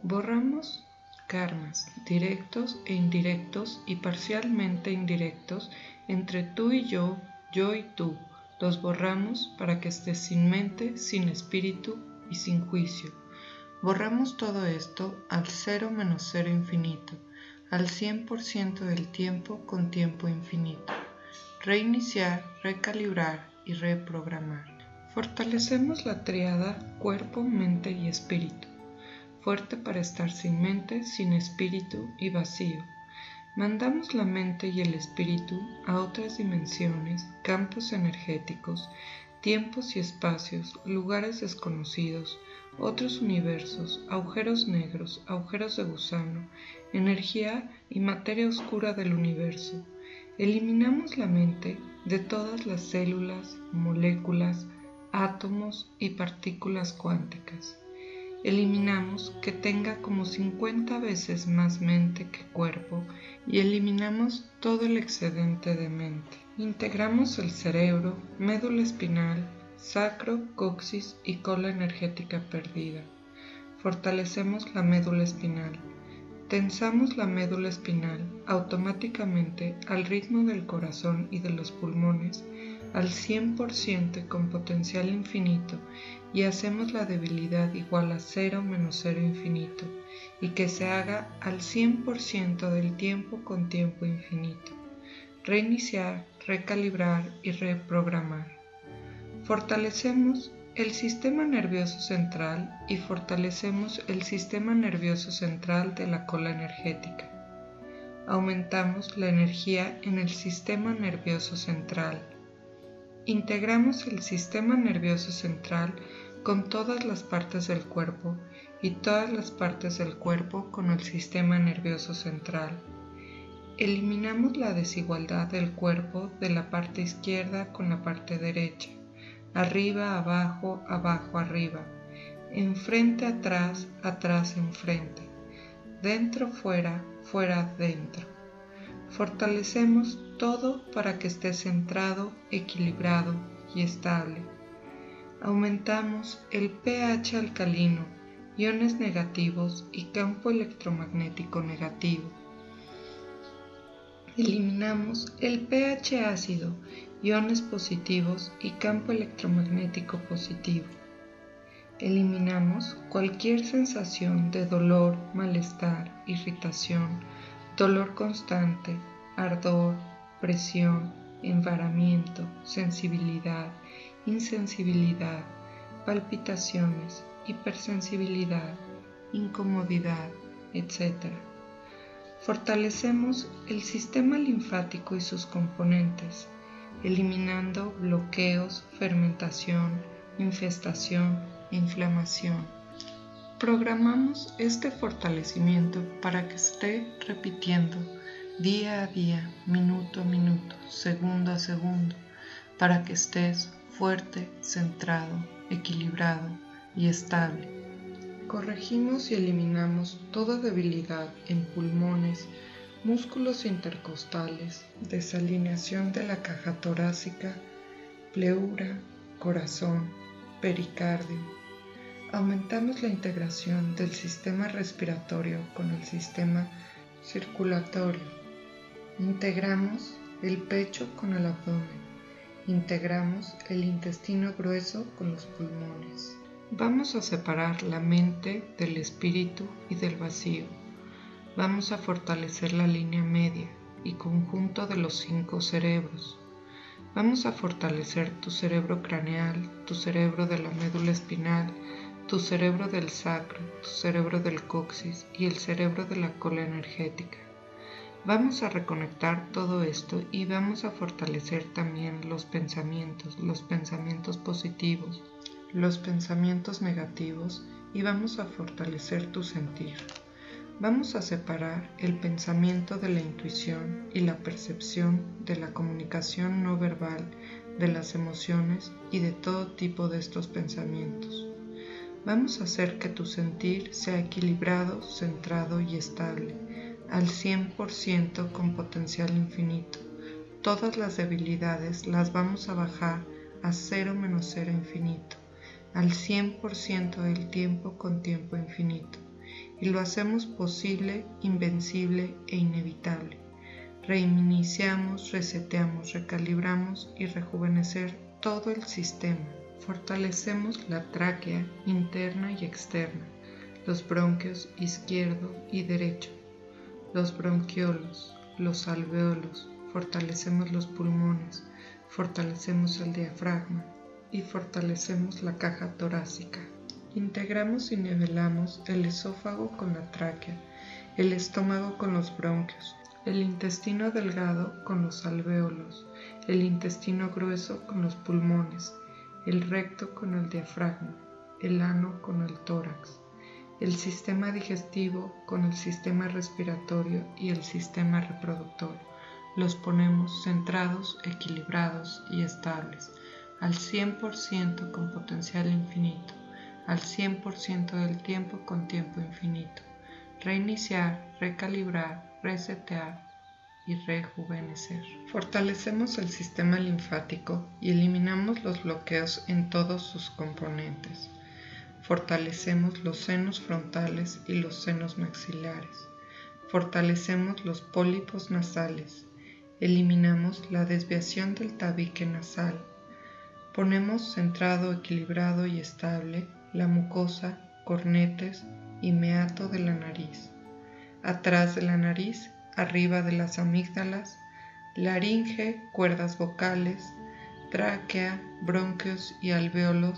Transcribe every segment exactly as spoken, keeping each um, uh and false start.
Borramos karmas directos e indirectos y parcialmente indirectos entre tú y yo, yo y tú. Los borramos para que estés sin mente, sin espíritu y sin juicio. Borramos todo esto al cero menos cero infinito, al cien por ciento del tiempo con tiempo infinito. Reiniciar, recalibrar y reprogramar. Fortalecemos la tríada cuerpo, mente y espíritu, fuerte para estar sin mente, sin espíritu y vacío. Mandamos la mente y el espíritu a otras dimensiones, campos energéticos, tiempos y espacios, lugares desconocidos, otros universos, agujeros negros, agujeros de gusano, energía y materia oscura del universo. Eliminamos la mente de todas las células, moléculas, átomos y partículas cuánticas. Eliminamos que tenga como cincuenta veces más mente que cuerpo y eliminamos todo el excedente de mente. Integramos el cerebro, médula espinal, sacro, coxis y cola energética perdida. Fortalecemos la médula espinal. Tensamos la médula espinal automáticamente al ritmo del corazón y de los pulmones al cien por ciento y con potencial infinito, y hacemos la debilidad igual a cero menos cero infinito, y que se haga al cien por ciento del tiempo con tiempo infinito. Reiniciar, recalibrar y reprogramar. Fortalecemos el sistema nervioso central y fortalecemos el sistema nervioso central de la cola energética. Aumentamos la energía en el sistema nervioso central. Integramos el sistema nervioso central con todas las partes del cuerpo y todas las partes del cuerpo con el sistema nervioso central. Eliminamos la desigualdad del cuerpo de la parte izquierda con la parte derecha, arriba, abajo, abajo, arriba, enfrente, atrás, atrás, enfrente, dentro, fuera, fuera, dentro. Fortalecemos todo para que esté centrado, equilibrado y estable. Aumentamos el pH alcalino, iones negativos y campo electromagnético negativo. Eliminamos el pH ácido, iones positivos y campo electromagnético positivo. Eliminamos cualquier sensación de dolor, malestar, irritación, dolor constante, ardor, presión, envaramiento, sensibilidad, insensibilidad, palpitaciones, hipersensibilidad, incomodidad, etcétera. Fortalecemos el sistema linfático y sus componentes, eliminando bloqueos, fermentación, infestación e inflamación. Programamos este fortalecimiento para que esté repitiendo día a día, minuto a minuto, segundo a segundo, para que estés fuerte, centrado, equilibrado y estable. Corregimos y eliminamos toda debilidad en pulmones, músculos intercostales, desalineación de la caja torácica, pleura, corazón, pericardio. Aumentamos la integración del sistema respiratorio con el sistema circulatorio. Integramos el pecho con el abdomen. Integramos el intestino grueso con los pulmones. Vamos a separar la mente del espíritu y del vacío. Vamos a fortalecer la línea media y conjunto de los cinco cerebros. Vamos a fortalecer tu cerebro craneal, tu cerebro de la médula espinal, tu cerebro del sacro, tu cerebro del coxis y el cerebro de la cola energética. Vamos a reconectar todo esto y vamos a fortalecer también los pensamientos, los pensamientos positivos, los pensamientos negativos y vamos a fortalecer tu sentir. Vamos a separar el pensamiento de la intuición y la percepción de la comunicación no verbal, de las emociones y de todo tipo de estos pensamientos. Vamos a hacer que tu sentir sea equilibrado, centrado y estable, al cien por ciento con potencial infinito. Todas las debilidades las vamos a bajar a cero menos cero infinito, al cien por ciento del tiempo con tiempo infinito. y lo hacemos posible, invencible e inevitable. Reiniciamos, reseteamos, recalibramos y rejuvenecer todo el sistema. Fortalecemos la tráquea interna y externa, los bronquios izquierdo y derecho, los bronquiolos, los alveolos, fortalecemos los pulmones, fortalecemos el diafragma y fortalecemos la caja torácica. Integramos y nivelamos el esófago con la tráquea, el estómago con los bronquios, el intestino delgado con los alvéolos, el intestino grueso con los pulmones, el recto con el diafragma, el ano con el tórax, el sistema digestivo con el sistema respiratorio y el sistema reproductor. Los ponemos centrados, equilibrados y estables, al cien por ciento con potencial infinito, al cien por ciento del tiempo con tiempo infinito. Reiniciar, recalibrar, resetear y rejuvenecer. Fortalecemos el sistema linfático y eliminamos los bloqueos en todos sus componentes. Fortalecemos los senos frontales y los senos maxilares. Fortalecemos los pólipos nasales. Eliminamos la desviación del tabique nasal. Ponemos centrado, equilibrado y estable la mucosa, cornetes y meato de la nariz. Atrás de la nariz, arriba de las amígdalas, laringe, cuerdas vocales, tráquea, bronquios y alvéolos,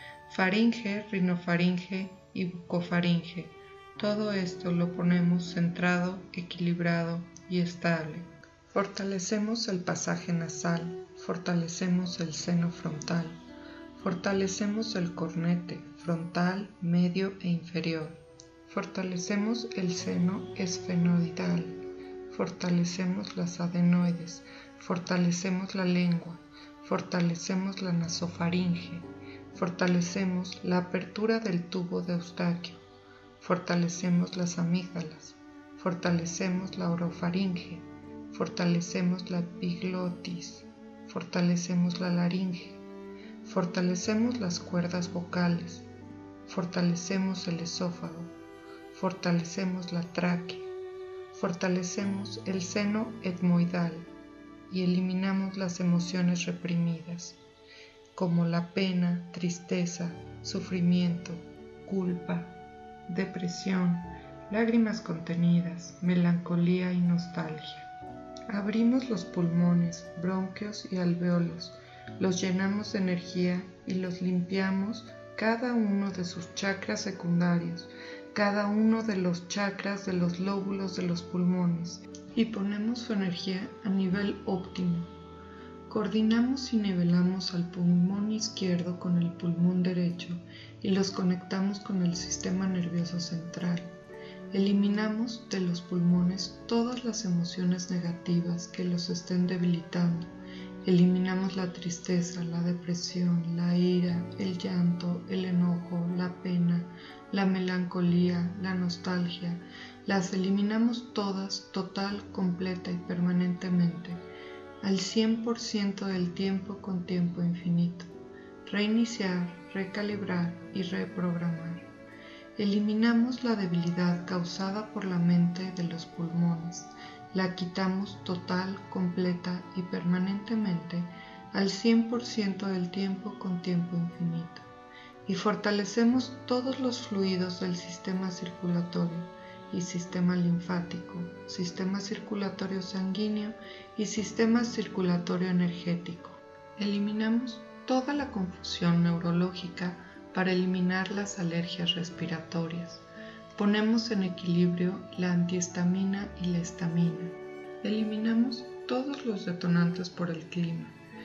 faringe, rinofaringe y bucofaringe. Todo esto lo ponemos centrado, equilibrado y estable. Fortalecemos el pasaje nasal, fortalecemos el seno frontal, fortalecemos el cornete frontal, medio e inferior. Fortalecemos el seno esfenoidal, fortalecemos las adenoides, fortalecemos la lengua, fortalecemos la nasofaringe, fortalecemos la apertura del tubo de Eustaquio, fortalecemos las amígdalas, fortalecemos la orofaringe, fortalecemos la epiglotis, fortalecemos la laringe, fortalecemos las cuerdas vocales, fortalecemos el esófago, fortalecemos la tráquea, fortalecemos el seno etmoidal y eliminamos las emociones reprimidas, como la pena, tristeza, sufrimiento, culpa, depresión, lágrimas contenidas, melancolía y nostalgia. Abrimos los pulmones, bronquios y alvéolos, los llenamos de energía y los limpiamos cada uno de sus chakras secundarios, cada uno de los chakras de los lóbulos de los pulmones y ponemos su energía a nivel óptimo. Coordinamos y nivelamos al pulmón izquierdo con el pulmón derecho y los conectamos con el sistema nervioso central. Eliminamos de los pulmones todas las emociones negativas que los estén debilitando. Eliminamos la tristeza, la depresión, la ira, el llanto, el enojo, la pena, la melancolía, la nostalgia. Las eliminamos todas, total, completa y permanentemente, al cien por ciento del tiempo con tiempo infinito. Reiniciar, recalibrar y reprogramar. Eliminamos la debilidad causada por la mente de los pulmones. La quitamos total, completa y permanentemente al cien por ciento del tiempo con tiempo infinito. Y fortalecemos todos los fluidos del sistema circulatorio y sistema linfático, sistema circulatorio sanguíneo y sistema circulatorio energético. Eliminamos toda la confusión neurológica para eliminar las alergias respiratorias. Ponemos en equilibrio la antihistamina y la histamina. Eliminamos todos los detonantes por el clima: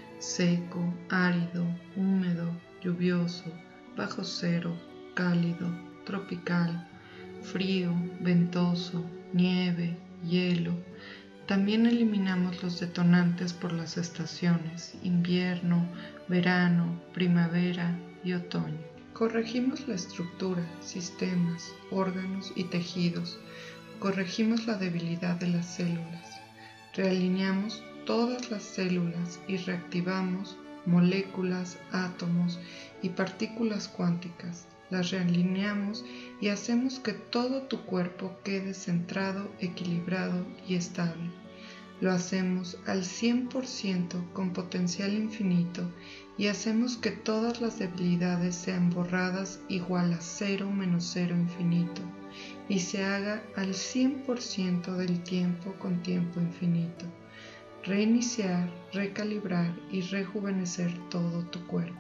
seco, árido, húmedo, lluvioso, bajo cero, cálido, tropical, frío, ventoso, nieve, hielo. También eliminamos los detonantes por las estaciones: invierno, verano, primavera y otoño. Corregimos la estructura, sistemas, órganos y tejidos. Corregimos la debilidad de las células. Realineamos todas las células y reactivamos moléculas, átomos y partículas cuánticas. las realineamos y hacemos que todo tu cuerpo quede centrado, equilibrado y estable. Lo hacemos al cien por ciento con potencial infinito y hacemos que todas las debilidades sean borradas igual a cero menos cero infinito y se haga al cien por ciento del tiempo con tiempo infinito. Reiniciar, recalibrar y rejuvenecer todo tu cuerpo.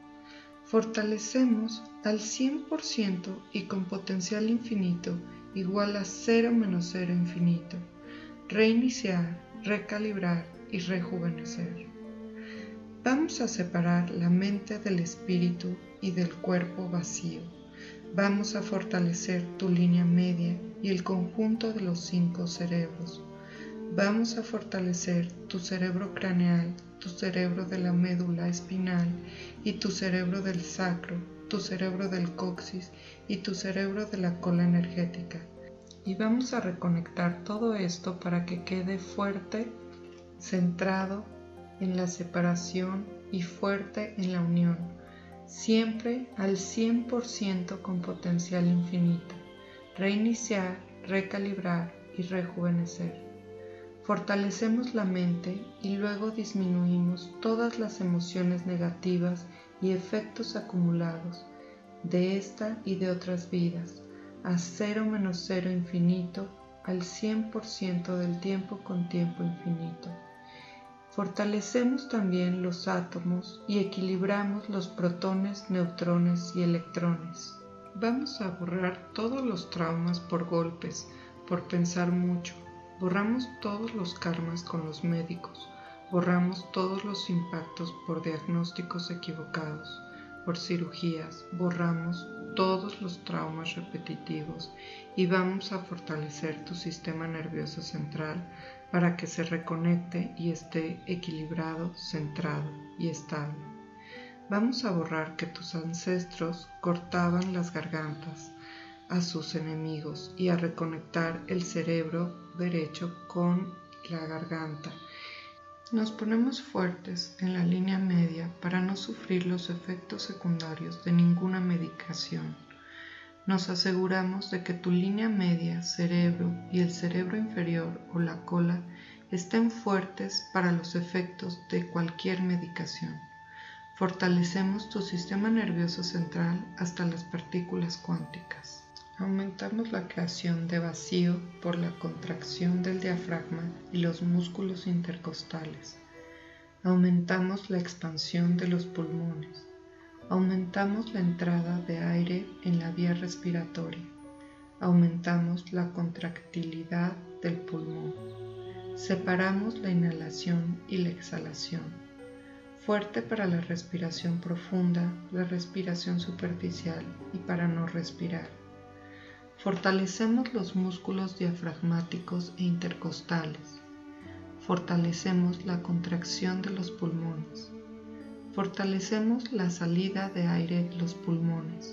Fortalecemos al cien por ciento y con potencial infinito igual a cero menos cero infinito. Reiniciar, recalibrar y rejuvenecer. Vamos a separar la mente del espíritu y del cuerpo vacío. Vamos a fortalecer tu línea media y el conjunto de los cinco cerebros. Vamos a fortalecer tu cerebro craneal, tu cerebro de la médula espinal y tu cerebro del sacro, tu cerebro del coxis y tu cerebro de la cola energética. Y vamos a reconectar todo esto para que quede fuerte, centrado en la separación y fuerte en la unión, siempre al cien por ciento con potencial infinito. Reiniciar, recalibrar y rejuvenecer. Fortalecemos la mente y luego disminuimos todas las emociones negativas y efectos acumulados de esta y de otras vidas a cero menos cero infinito al cien por ciento del tiempo con tiempo infinito. Fortalecemos también los átomos y equilibramos los protones, neutrones y electrones. Vamos a borrar todos los traumas por golpes, por pensar mucho. Borramos todos los karmas con los médicos. Borramos todos los impactos por diagnósticos equivocados, por cirugías. Borramos todos los traumas repetitivos y vamos a fortalecer tu sistema nervioso central para que se reconecte y esté equilibrado, centrado y estable. Vamos a borrar que tus ancestros cortaban las gargantas a sus enemigos y a reconectar el cerebro derecho con la garganta. Nos ponemos fuertes en la línea media para no sufrir los efectos secundarios de ninguna medicación. Nos aseguramos de que tu línea media, cerebro y el cerebro inferior o la cola estén fuertes para los efectos de cualquier medicación. Fortalecemos tu sistema nervioso central hasta las partículas cuánticas. Aumentamos la creación de vacío por la contracción del diafragma y los músculos intercostales. Aumentamos la expansión de los pulmones. Aumentamos la entrada de aire en la vía respiratoria. Aumentamos la contractilidad del pulmón. Separamos la inhalación y la exhalación. Fuerte para la respiración profunda, la respiración superficial y para no respirar. Fortalecemos los músculos diafragmáticos e intercostales. Fortalecemos la contracción de los pulmones. Fortalecemos la salida de aire de los pulmones.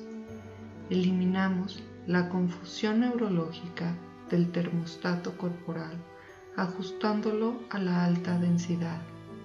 Eliminamos la confusión neurológica del termostato corporal, ajustándolo a la alta densidad.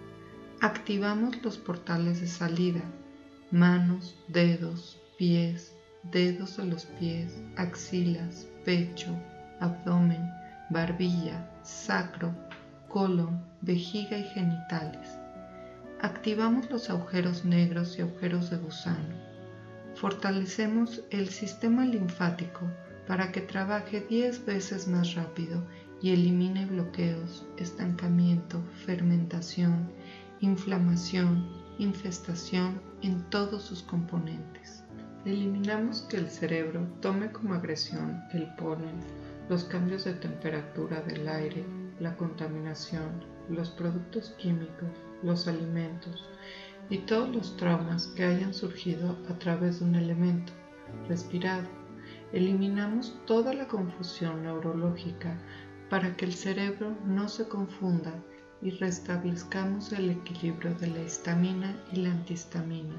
Activamos los portales de salida, manos, dedos, pies, dedos de los pies, axilas, pecho, abdomen, barbilla, sacro, colon, vejiga y genitales. Activamos los agujeros negros y agujeros de gusano. Fortalecemos el sistema linfático para que trabaje diez veces más rápido y elimine bloqueos, estancamiento, fermentación, inflamación, infestación en todos sus componentes. Eliminamos que el cerebro tome como agresión el polen, los cambios de temperatura del aire, la contaminación, los productos químicos, los alimentos y todos los traumas que hayan surgido a través de un elemento respirado. Eliminamos toda la confusión neurológica para que el cerebro no se confunda y restablezcamos el equilibrio de la histamina y la antihistamina.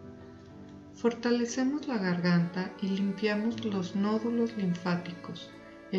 Fortalecemos la garganta y limpiamos los nódulos linfáticos.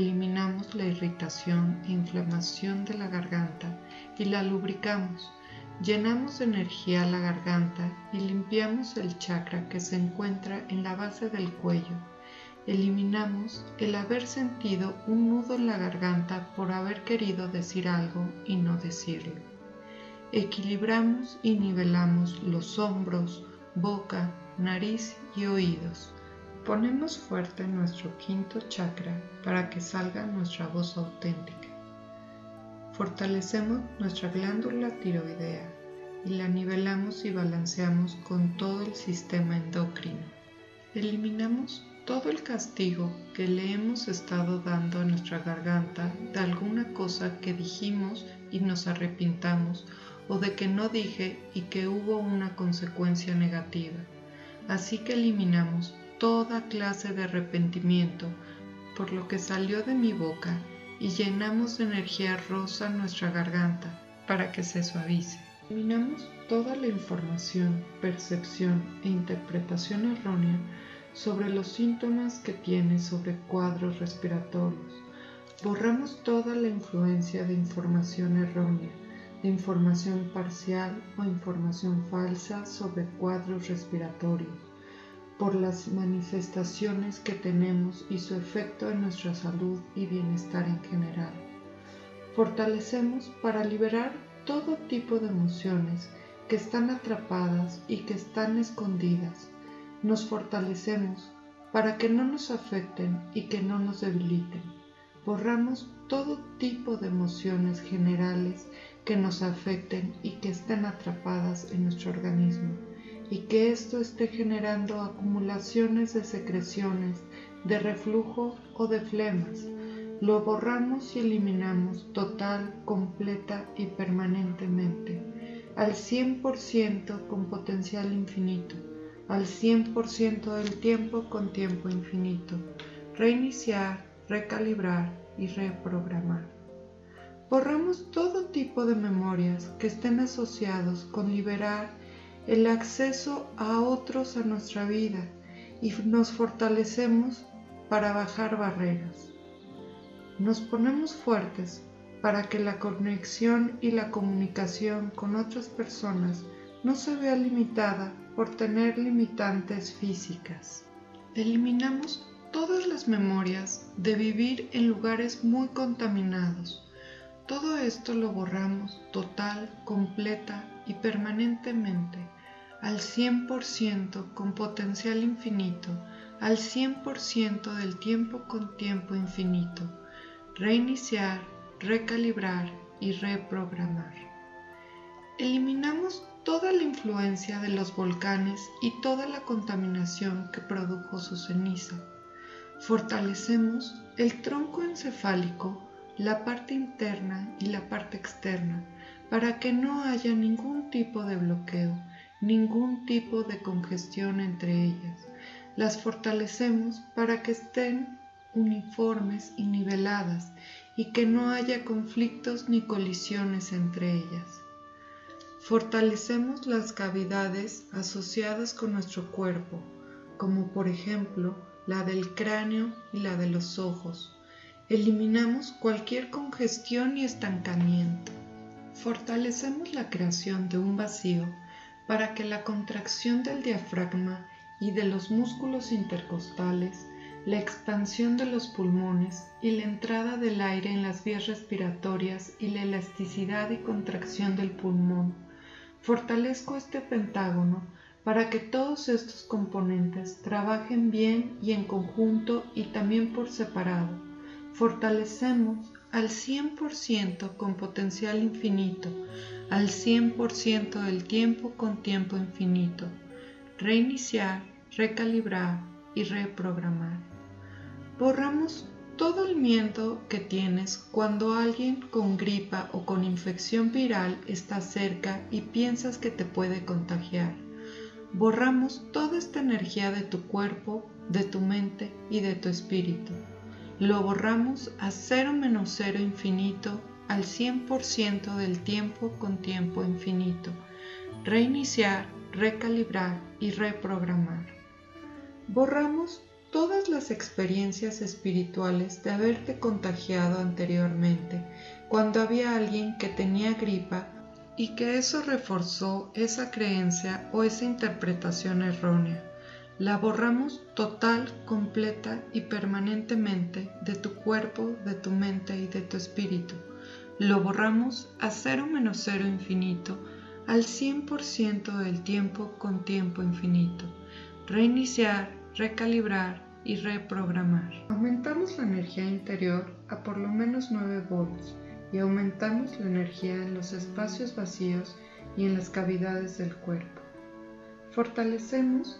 Eliminamos la irritación e inflamación de la garganta y la lubricamos. llenamos de energía la garganta y limpiamos el chakra que se encuentra en la base del cuello. Eliminamos el haber sentido un nudo en la garganta por haber querido decir algo y no decirlo. Equilibramos y nivelamos los hombros, boca, nariz y oídos. Ponemos fuerte nuestro quinto chakra para que salga nuestra voz auténtica. Fortalecemos nuestra glándula tiroidea y la nivelamos y balanceamos con todo el sistema endocrino. Eliminamos todo el castigo que le hemos estado dando a nuestra garganta de alguna cosa que dijimos y nos arrepintamos, o de que no dije y que hubo una consecuencia negativa. Así que eliminamos toda clase de arrepentimiento por lo que salió de mi boca y llenamos de energía rosa nuestra garganta para que se suavice. Eliminamos toda la información, percepción e interpretación errónea sobre los síntomas que tienes sobre cuadros respiratorios. Borramos toda la influencia de información errónea, de información parcial o información falsa sobre cuadros respiratorios, por las manifestaciones que tenemos y su efecto en nuestra salud y bienestar en general. Fortalecemos para liberar todo tipo de emociones que están atrapadas y que están escondidas. Nos fortalecemos para que no nos afecten y que no nos debiliten. Borramos todo tipo de emociones generales que nos afecten y que estén atrapadas en nuestro organismo, y que esto esté generando acumulaciones de secreciones, de reflujo o de flemas. Lo borramos y eliminamos total, completa y permanentemente, al cien por ciento con potencial infinito, al cien por ciento del tiempo con tiempo infinito. Reiniciar, recalibrar y reprogramar. Borramos todo tipo de memorias que estén asociados con liberar el acceso a otros a nuestra vida y nos fortalecemos para bajar barreras. Nos ponemos fuertes para que la conexión y la comunicación con otras personas no se vea limitada por tener limitantes físicas. Eliminamos todas las memorias de vivir en lugares muy contaminados. Todo esto lo borramos total, completa y permanentemente, al cien por ciento con potencial infinito, al cien por ciento del tiempo con tiempo infinito. Reiniciar, recalibrar y reprogramar. Eliminamos toda la influencia de los volcanes y toda la contaminación que produjo su ceniza. Fortalecemos el tronco encefálico, la parte interna y la parte externa, para que no haya ningún tipo de bloqueo, ningún tipo de congestión entre ellas. Las fortalecemos para que estén uniformes y niveladas y que no haya conflictos ni colisiones entre ellas. Fortalecemos las cavidades asociadas con nuestro cuerpo, como por ejemplo la del cráneo y la de los ojos. Eliminamos cualquier congestión y estancamiento. Fortalecemos la creación de un vacío para que la contracción del diafragma y de los músculos intercostales, la expansión de los pulmones y la entrada del aire en las vías respiratorias y la elasticidad y contracción del pulmón. Fortalezco este pentágono para que todos estos componentes trabajen bien y en conjunto y también por separado. Fortalecemos al cien por ciento con potencial infinito, al cien por ciento del tiempo con tiempo infinito. Reiniciar, recalibrar y reprogramar. Borramos todo el miedo que tienes cuando alguien con gripa o con infección viral está cerca y piensas que te puede contagiar. Borramos toda esta energía de tu cuerpo, de tu mente y de tu espíritu. Lo borramos a cero menos cero infinito, al cien por ciento del tiempo con tiempo infinito. Reiniciar, recalibrar y reprogramar. Borramos todas las experiencias espirituales de haberte contagiado anteriormente, cuando había alguien que tenía gripa y que eso reforzó esa creencia o esa interpretación errónea. La borramos total, completa y permanentemente de tu cuerpo, de tu mente y de tu espíritu. Lo borramos a cero menos cero infinito, al cien por ciento del tiempo con tiempo infinito. Reiniciar, recalibrar y reprogramar. Aumentamos la energía interior a por lo menos nueve volts y aumentamos la energía en los espacios vacíos y en las cavidades del cuerpo. Fortalecemos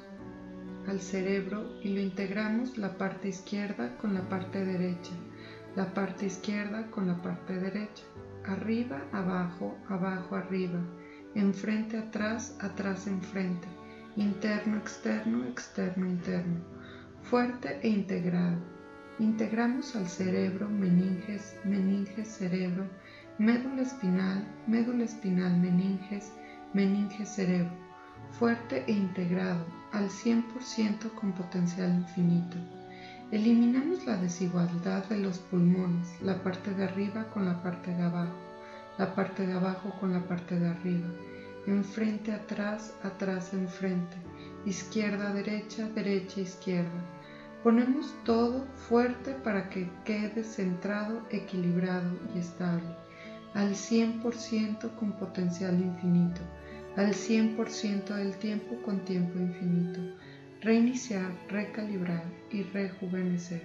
al cerebro y lo integramos la parte izquierda con la parte derecha, la parte izquierda con la parte derecha, arriba, abajo, abajo, arriba, enfrente, atrás, atrás, enfrente, interno, externo, externo, interno, fuerte e integrado. Integramos al cerebro, meninges, meninges, cerebro, médula espinal, médula espinal, meninges, meninges, cerebro, fuerte e integrado, al cien por ciento con potencial infinito. Eliminamos la desigualdad de los pulmones, la parte de arriba con la parte de abajo, la parte de abajo con la parte de arriba, enfrente, atrás, atrás, enfrente, izquierda, derecha, derecha, izquierda. Ponemos todo fuerte para que quede centrado, equilibrado y estable, al cien por ciento con potencial infinito, al cien por ciento del tiempo con tiempo infinito. Reiniciar, recalibrar y rejuvenecer.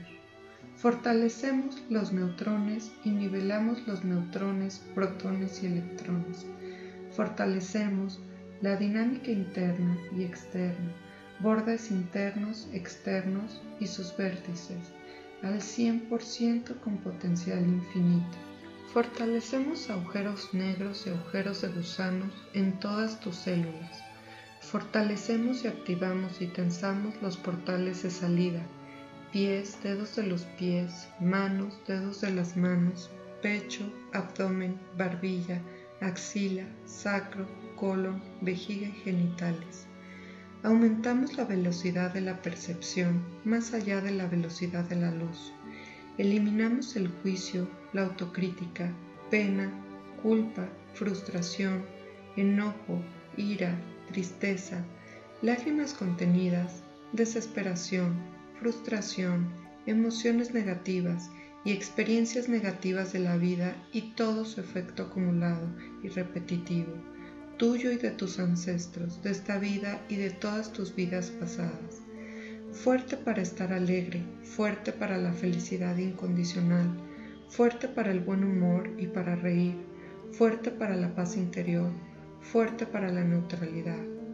Fortalecemos los neutrones y nivelamos los neutrones, protones y electrones. Fortalecemos la dinámica interna y externa, bordes internos, externos y sus vértices, al cien por ciento con potencial infinito. Fortalecemos agujeros negros y agujeros de gusanos en todas tus células. Fortalecemos y activamos y tensamos los portales de salida, pies, dedos de los pies, manos, dedos de las manos, pecho, abdomen, barbilla, axila, sacro, colon, vejiga y genitales. Aumentamos la velocidad de la percepción más allá de la velocidad de la luz. Eliminamos el juicio, la autocrítica, pena, culpa, frustración, enojo, ira, tristeza, lágrimas contenidas, desesperación, frustración, emociones negativas y experiencias negativas de la vida y todo su efecto acumulado y repetitivo, tuyo y de tus ancestros, de esta vida y de todas tus vidas pasadas. Fuerte para estar alegre, fuerte para la felicidad incondicional, fuerte para el buen humor y para reír, fuerte para la paz interior, fuerte para la neutralidad.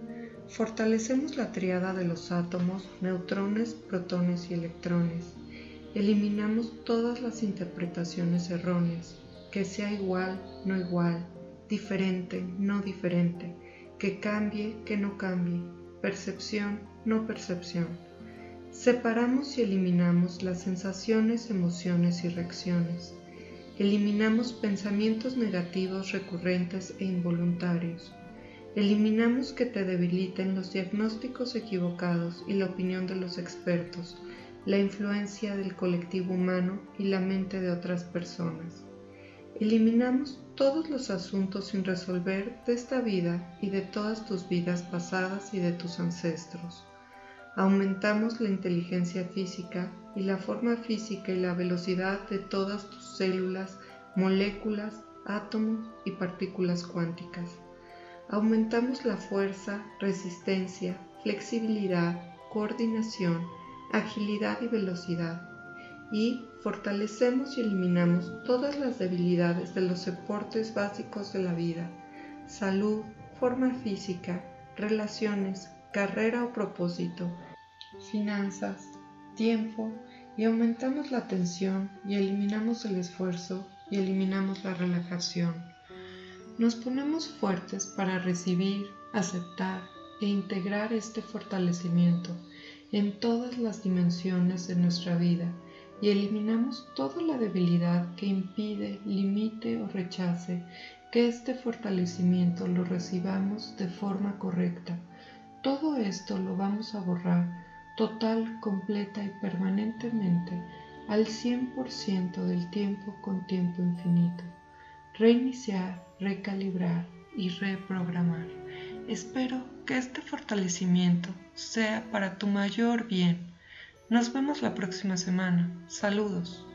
Fortalecemos la tríada de los átomos, neutrones, protones y electrones. Eliminamos todas las interpretaciones erróneas, que sea igual, no igual, diferente, no diferente, que cambie, que no cambie, percepción, no percepción. Separamos y eliminamos las sensaciones, emociones y reacciones. Eliminamos pensamientos negativos recurrentes e involuntarios. Eliminamos que te debiliten los diagnósticos equivocados y la opinión de los expertos, la influencia del colectivo humano y la mente de otras personas. Eliminamos todos los asuntos sin resolver de esta vida y de todas tus vidas pasadas y de tus ancestros. Aumentamos la inteligencia física y la forma física y la velocidad de todas tus células, moléculas, átomos y partículas cuánticas. Aumentamos la fuerza, resistencia, flexibilidad, coordinación, agilidad y velocidad. Y fortalecemos y eliminamos todas las debilidades de los soportes básicos de la vida: salud, forma física, relaciones, carrera o propósito, finanzas, tiempo, y aumentamos la tensión y eliminamos el esfuerzo y eliminamos la relajación. Nos ponemos fuertes para recibir, aceptar e integrar este fortalecimiento en todas las dimensiones de nuestra vida y eliminamos toda la debilidad que impide, limite o rechace que este fortalecimiento lo recibamos de forma correcta. Todo esto lo vamos a borrar total, completa y permanentemente al cien por ciento del tiempo con tiempo infinito. Reiniciar, recalibrar y reprogramar. Espero que este fortalecimiento sea para tu mayor bien. Nos vemos la próxima semana. Saludos.